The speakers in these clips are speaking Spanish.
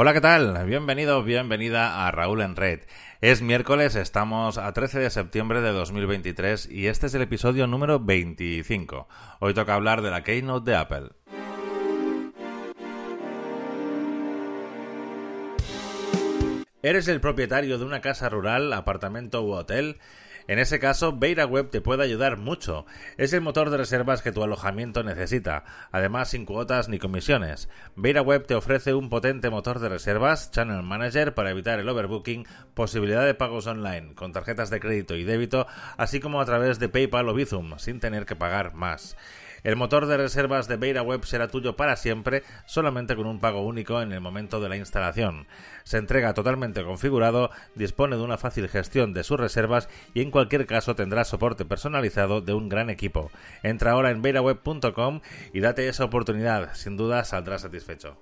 Hola, ¿qué tal? Bienvenido, bienvenida a Raúl en Red. Es miércoles, estamos a 13 de septiembre de 2023 y este es el episodio número 25. Hoy toca hablar de la Keynote de Apple. ¿Eres el propietario de una casa rural, apartamento u hotel? En ese caso, VeiraWeb te puede ayudar mucho. Es el motor de reservas que tu alojamiento necesita, además sin cuotas ni comisiones. VeiraWeb te ofrece un potente motor de reservas, Channel Manager para evitar el overbooking, posibilidad de pagos online con tarjetas de crédito y débito, así como a través de PayPal o Bizum, sin tener que pagar más. El motor de reservas de VeiraWeb será tuyo para siempre, solamente con un pago único en el momento de la instalación. Se entrega totalmente configurado, dispone de una fácil gestión de sus reservas y en cualquier caso tendrá soporte personalizado de un gran equipo. Entra ahora en veiraweb.com y date esa oportunidad, sin duda saldrás satisfecho.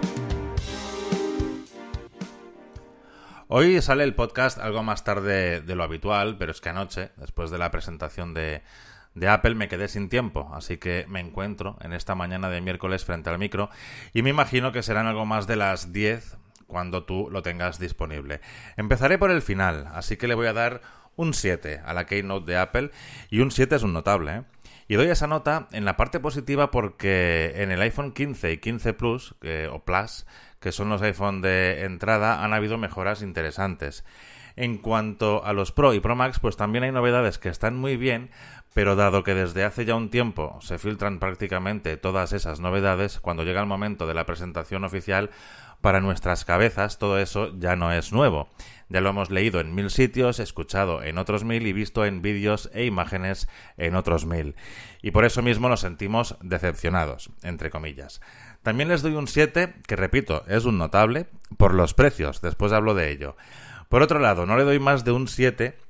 Hoy sale el podcast algo más tarde de lo habitual, pero es que anoche, después de la presentación de Apple, me quedé sin tiempo, así que me encuentro en esta mañana de miércoles frente al micro y me imagino que serán algo más de las 10 cuando tú lo tengas disponible. Empezaré por el final, así que le voy a dar un 7 a la Keynote de Apple y un 7 es un notable, ¿eh? Y doy esa nota en la parte positiva porque en el iPhone 15 y 15 Plus, o Plus, que son los iPhone de entrada, han habido mejoras interesantes. En cuanto a los Pro y Pro Max, pues también hay novedades que están muy bien, pero dado que desde hace ya un tiempo se filtran prácticamente todas esas novedades, cuando llega el momento de la presentación oficial, para nuestras cabezas todo eso ya no es nuevo. Ya lo hemos leído en 1000 sitios, escuchado en otros 1000 y visto en vídeos e imágenes en otros 1000. Y por eso mismo nos sentimos decepcionados, entre comillas. También les doy un 7, que repito, es un notable, por los precios, después hablo de ello. Por otro lado, no le doy más de un 7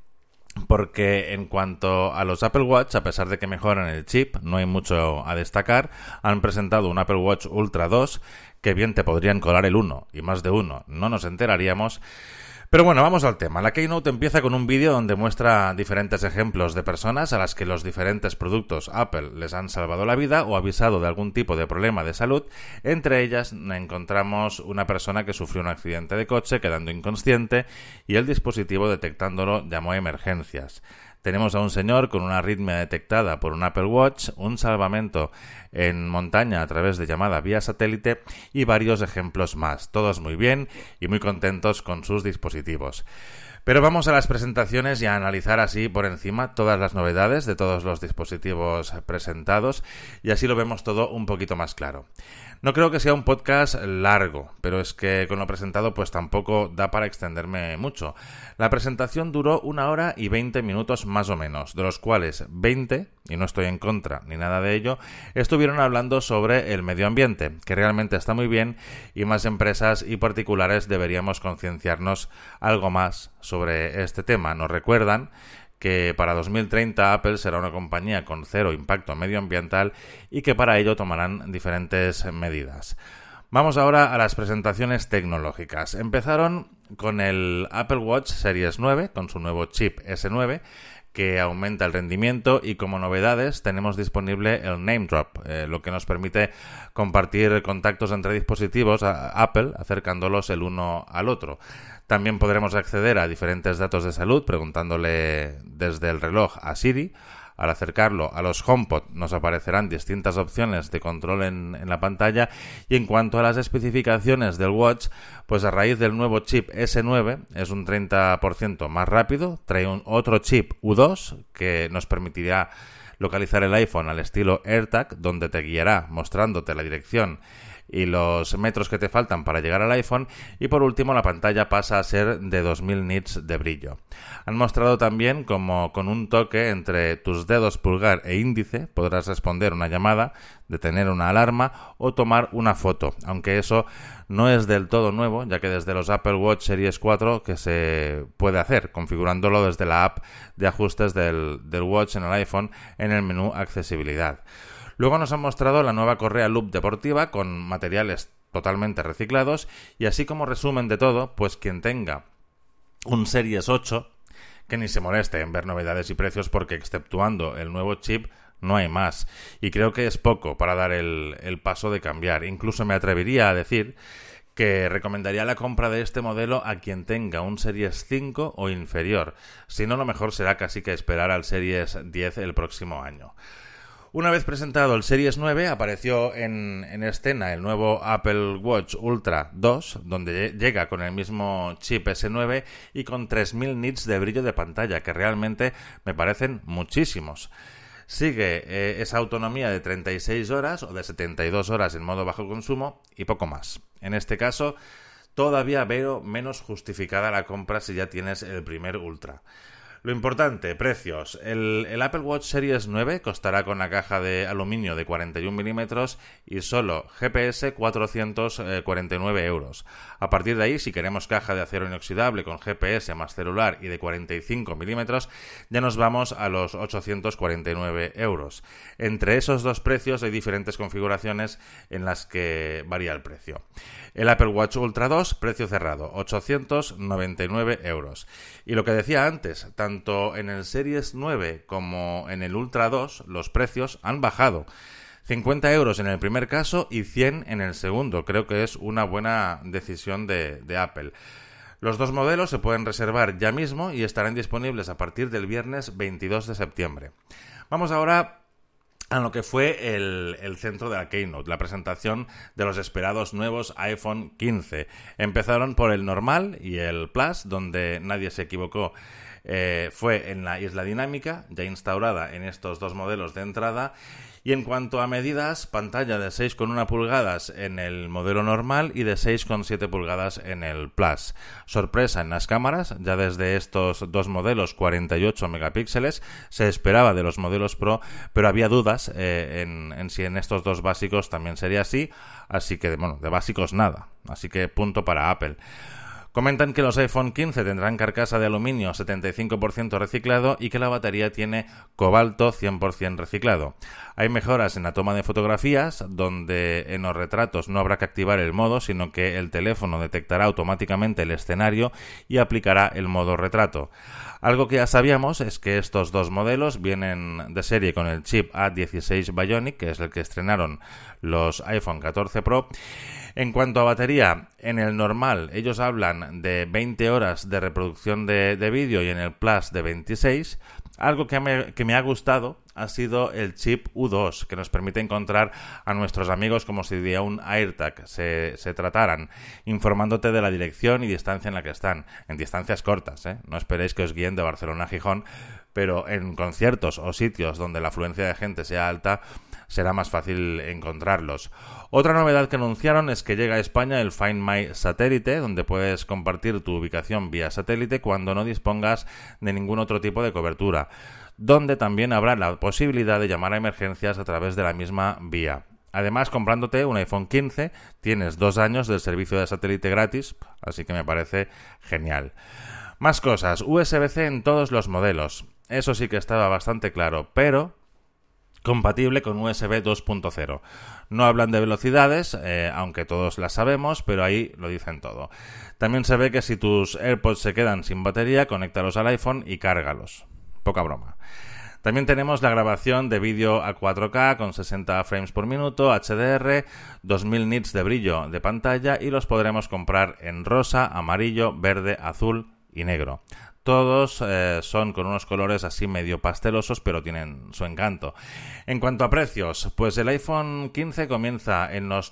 porque en cuanto a los Apple Watch, a pesar de que mejoran el chip, no hay mucho a destacar. Han presentado un Apple Watch Ultra 2, que bien te podrían colar el 1, y más de uno, no nos enteraríamos. Pero bueno, vamos al tema. La Keynote empieza con un vídeo donde muestra diferentes ejemplos de personas a las que los diferentes productos Apple les han salvado la vida o avisado de algún tipo de problema de salud. Entre ellas encontramos una persona que sufrió un accidente de coche quedando inconsciente y el dispositivo detectándolo llamó a emergencias. Tenemos a un señor con una arritmia detectada por un Apple Watch, un salvamento en montaña a través de llamada vía satélite y varios ejemplos más. Todos muy bien y muy contentos con sus dispositivos. Pero vamos a las presentaciones y a analizar así por encima todas las novedades de todos los dispositivos presentados y así lo vemos todo un poquito más claro. No creo que sea un podcast largo, pero es que con lo presentado pues tampoco da para extenderme mucho. La presentación duró 1 hora y 20 minutos más o menos, de los cuales 20, y no estoy en contra ni nada de ello, estuvieron hablando sobre el medio ambiente, que realmente está muy bien y más empresas y particulares deberíamos concienciarnos algo más sobre este tema. Nos recuerdan que para 2030 Apple será una compañía con cero impacto medioambiental y que para ello tomarán diferentes medidas. Vamos ahora a las presentaciones tecnológicas. Empezaron con el Apple Watch Series 9, con su nuevo chip S9, que aumenta el rendimiento y como novedades tenemos disponible el Name Drop, lo que nos permite compartir contactos entre dispositivos a Apple acercándolos el uno al otro. También podremos acceder a diferentes datos de salud preguntándole desde el reloj a Siri. Al acercarlo a los HomePod nos aparecerán distintas opciones de control en la pantalla y en cuanto a las especificaciones del Watch, pues a raíz del nuevo chip S9 es un 30% más rápido, trae otro chip U2 que nos permitirá localizar el iPhone al estilo AirTag, donde te guiará mostrándote la dirección y los metros que te faltan para llegar al iPhone, y por último la pantalla pasa a ser de 2000 nits de brillo. Han mostrado también como con un toque entre tus dedos pulgar e índice podrás responder una llamada, detener una alarma o tomar una foto, aunque eso no es del todo nuevo, ya que desde los Apple Watch Series 4 que se puede hacer, configurándolo desde la app de ajustes del Watch en el iPhone en el menú accesibilidad. Luego nos han mostrado la nueva correa Loop deportiva con materiales totalmente reciclados y así como resumen de todo, pues quien tenga un Series 8, que ni se moleste en ver novedades y precios porque exceptuando el nuevo chip no hay más. Y creo que es poco para dar el paso de cambiar. Incluso me atrevería a decir que recomendaría la compra de este modelo a quien tenga un Series 5 o inferior. Si no, lo mejor será casi que esperar al Series 10 el próximo año. Una vez presentado el Series 9, apareció en escena el nuevo Apple Watch Ultra 2, donde llega con el mismo chip S9 y con 3000 nits de brillo de pantalla, que realmente me parecen muchísimos. Sigue esa autonomía de 36 horas o de 72 horas en modo bajo consumo y poco más. En este caso, todavía veo menos justificada la compra si ya tienes el primer Ultra. Lo importante, precios. El Apple Watch Series 9 costará con la caja de aluminio de 41 milímetros y solo GPS 449 euros. A partir de ahí, si queremos caja de acero inoxidable con GPS más celular y de 45 milímetros, ya nos vamos a los 849 euros. Entre esos dos precios hay diferentes configuraciones en las que varía el precio. El Apple Watch Ultra 2, precio cerrado, 899 euros. Y lo que decía antes, tanto en el Series 9 como en el Ultra 2, los precios han bajado. 50 euros en el primer caso y 100 en el segundo. Creo que es una buena decisión de Apple. Los dos modelos se pueden reservar ya mismo y estarán disponibles a partir del viernes 22 de septiembre. Vamos ahora a lo que fue el centro de la Keynote, la presentación de los esperados nuevos iPhone 15. Empezaron por el normal y el Plus, donde nadie se equivocó. Fue en la isla dinámica, ya instaurada en estos dos modelos de entrada. Y en cuanto a medidas, pantalla de 6,1 pulgadas en el modelo normal y de 6,7 pulgadas en el Plus. Sorpresa en las cámaras, ya desde estos dos modelos 48 megapíxeles, se esperaba de los modelos Pro, pero había dudas en si en estos dos básicos también sería así que, bueno, de básicos nada, así que punto para Apple. Comentan que los iPhone 15 tendrán carcasa de aluminio 75% reciclado y que la batería tiene cobalto 100% reciclado. Hay mejoras en la toma de fotografías, donde en los retratos no habrá que activar el modo, sino que el teléfono detectará automáticamente el escenario y aplicará el modo retrato. Algo que ya sabíamos es que estos dos modelos vienen de serie con el chip A16 Bionic, que es el que estrenaron los iPhone 14 Pro. En cuanto a batería, en el normal ellos hablan de 20 horas de reproducción de vídeo y en el Plus de 26. Algo que me ha gustado ha sido el chip U2, que nos permite encontrar a nuestros amigos como si de un AirTag se trataran, informándote de la dirección y distancia en la que están, en distancias cortas, ¿eh? No esperéis que os guíen de Barcelona a Gijón, pero en conciertos o sitios donde la afluencia de gente sea alta, será más fácil encontrarlos. Otra novedad que anunciaron es que llega a España el Find My satélite, donde puedes compartir tu ubicación vía satélite cuando no dispongas de ningún otro tipo de cobertura, donde también habrá la posibilidad de llamar a emergencias a través de la misma vía. Además, comprándote un iPhone 15, tienes 2 años del servicio de satélite gratis, así que me parece genial. Más cosas, USB-C en todos los modelos. Eso sí que estaba bastante claro, pero compatible con USB 2.0. No hablan de velocidades, aunque todos las sabemos, pero ahí lo dicen todo. También se ve que si tus AirPods se quedan sin batería, conéctalos al iPhone y cárgalos. Poca broma. También tenemos la grabación de vídeo a 4K con 60 frames por minuto, HDR, 2000 nits de brillo de pantalla y los podremos comprar en rosa, amarillo, verde, azul y negro. Todos son con unos colores así medio pastelosos, pero tienen su encanto. En cuanto a precios, pues el iPhone 15 comienza en los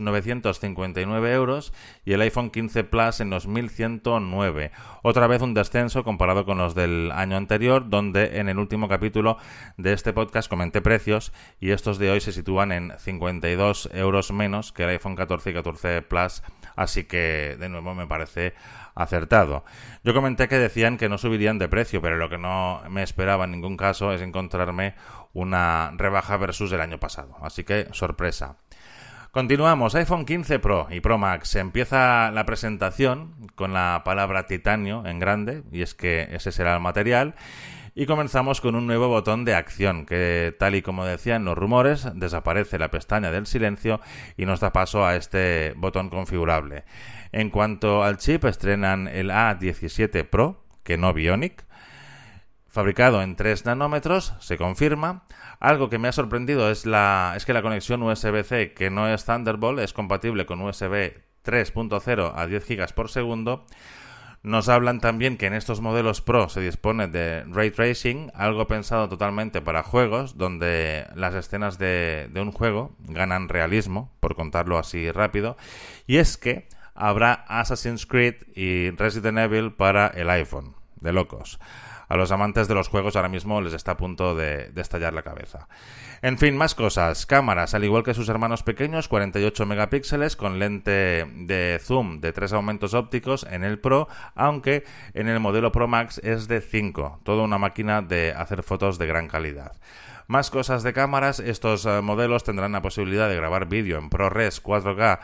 959 euros y el iPhone 15 Plus en los 1109. Otra vez un descenso comparado con los del año anterior, donde en el último capítulo de este podcast comenté precios y estos de hoy se sitúan en 52 euros menos que el iPhone 14 y 14 Plus, así que de nuevo me parece acertado. Yo comenté que decían que no subirían de precio, pero lo que no me esperaba en ningún caso es encontrarme una rebaja versus el año pasado. Así que, sorpresa. Continuamos. iPhone 15 Pro y Pro Max. Empieza la presentación con la palabra titanio en grande, y es que ese será el material. Y comenzamos con un nuevo botón de acción que, tal y como decían los rumores, desaparece la pestaña del silencio y nos da paso a este botón configurable. En cuanto al chip, estrenan el A17 Pro, que no Bionic, fabricado en 3 nanómetros, se confirma. Algo que me ha sorprendido es que la conexión USB-C, que no es Thunderbolt, es compatible con USB 3.0 a 10 GB por segundo. Nos hablan también que en estos modelos Pro se dispone de Ray Tracing, algo pensado totalmente para juegos, donde las escenas de un juego ganan realismo, por contarlo así rápido, y es que habrá Assassin's Creed y Resident Evil para el iPhone, de locos. A los amantes de los juegos ahora mismo les está a punto de estallar la cabeza. En fin, más cosas. Cámaras, al igual que sus hermanos pequeños, 48 megapíxeles con lente de zoom de 3 aumentos ópticos en el Pro, aunque en el modelo Pro Max es de 5. Toda una máquina de hacer fotos de gran calidad. Más cosas de cámaras. Estos modelos tendrán la posibilidad de grabar vídeo en ProRes 4K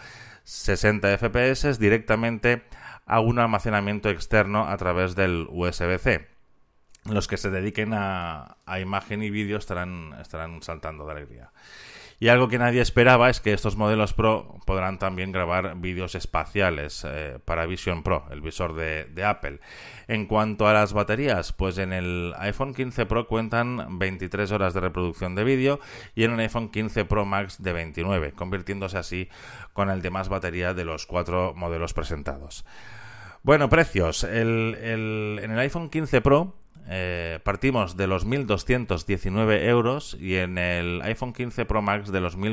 60 FPS directamente a un almacenamiento externo a través del USB-C. Los que se dediquen a imagen y vídeo estarán saltando de alegría. Y algo que nadie esperaba es que estos modelos Pro podrán también grabar vídeos espaciales para Vision Pro, el visor de Apple. En cuanto a las baterías, pues en el iPhone 15 Pro cuentan 23 horas de reproducción de vídeo y en el iPhone 15 Pro Max de 29, convirtiéndose así con el de más batería de los 4 modelos presentados. Bueno, precios. En el iPhone 15 Pro partimos de los 1.219 euros y en el iPhone 15 Pro Max de los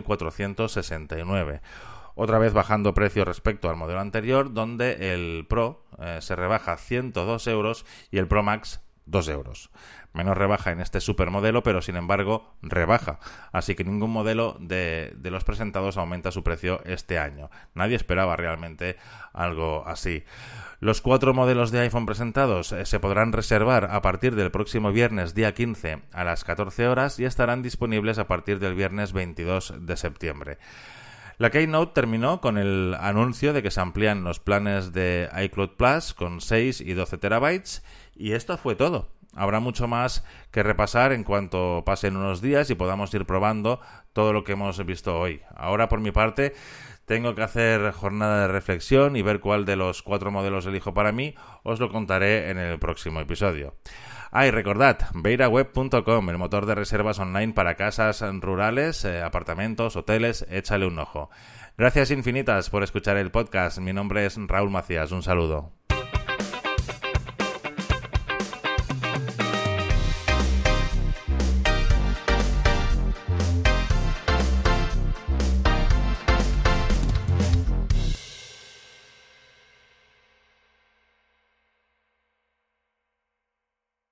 1.469. Otra vez bajando precio respecto al modelo anterior, donde el Pro se rebaja 102 euros y el Pro Max 2 euros. Menos rebaja en este supermodelo, pero sin embargo rebaja. Así que ningún modelo de los presentados aumenta su precio este año. Nadie esperaba realmente algo así. Los 4 modelos de iPhone presentados se podrán reservar a partir del próximo viernes día 15 a las 14 horas y estarán disponibles a partir del viernes 22 de septiembre. La Keynote terminó con el anuncio de que se amplían los planes de iCloud Plus con 6 y 12 terabytes y esto fue todo. Habrá mucho más que repasar en cuanto pasen unos días y podamos ir probando todo lo que hemos visto hoy. Ahora, por mi parte, tengo que hacer jornada de reflexión y ver cuál de los 4 modelos elijo para mí. Os lo contaré en el próximo episodio. Y recordad, beiraweb.com, el motor de reservas online para casas rurales, apartamentos, hoteles, échale un ojo. Gracias infinitas por escuchar el podcast. Mi nombre es Raúl Macías. Un saludo.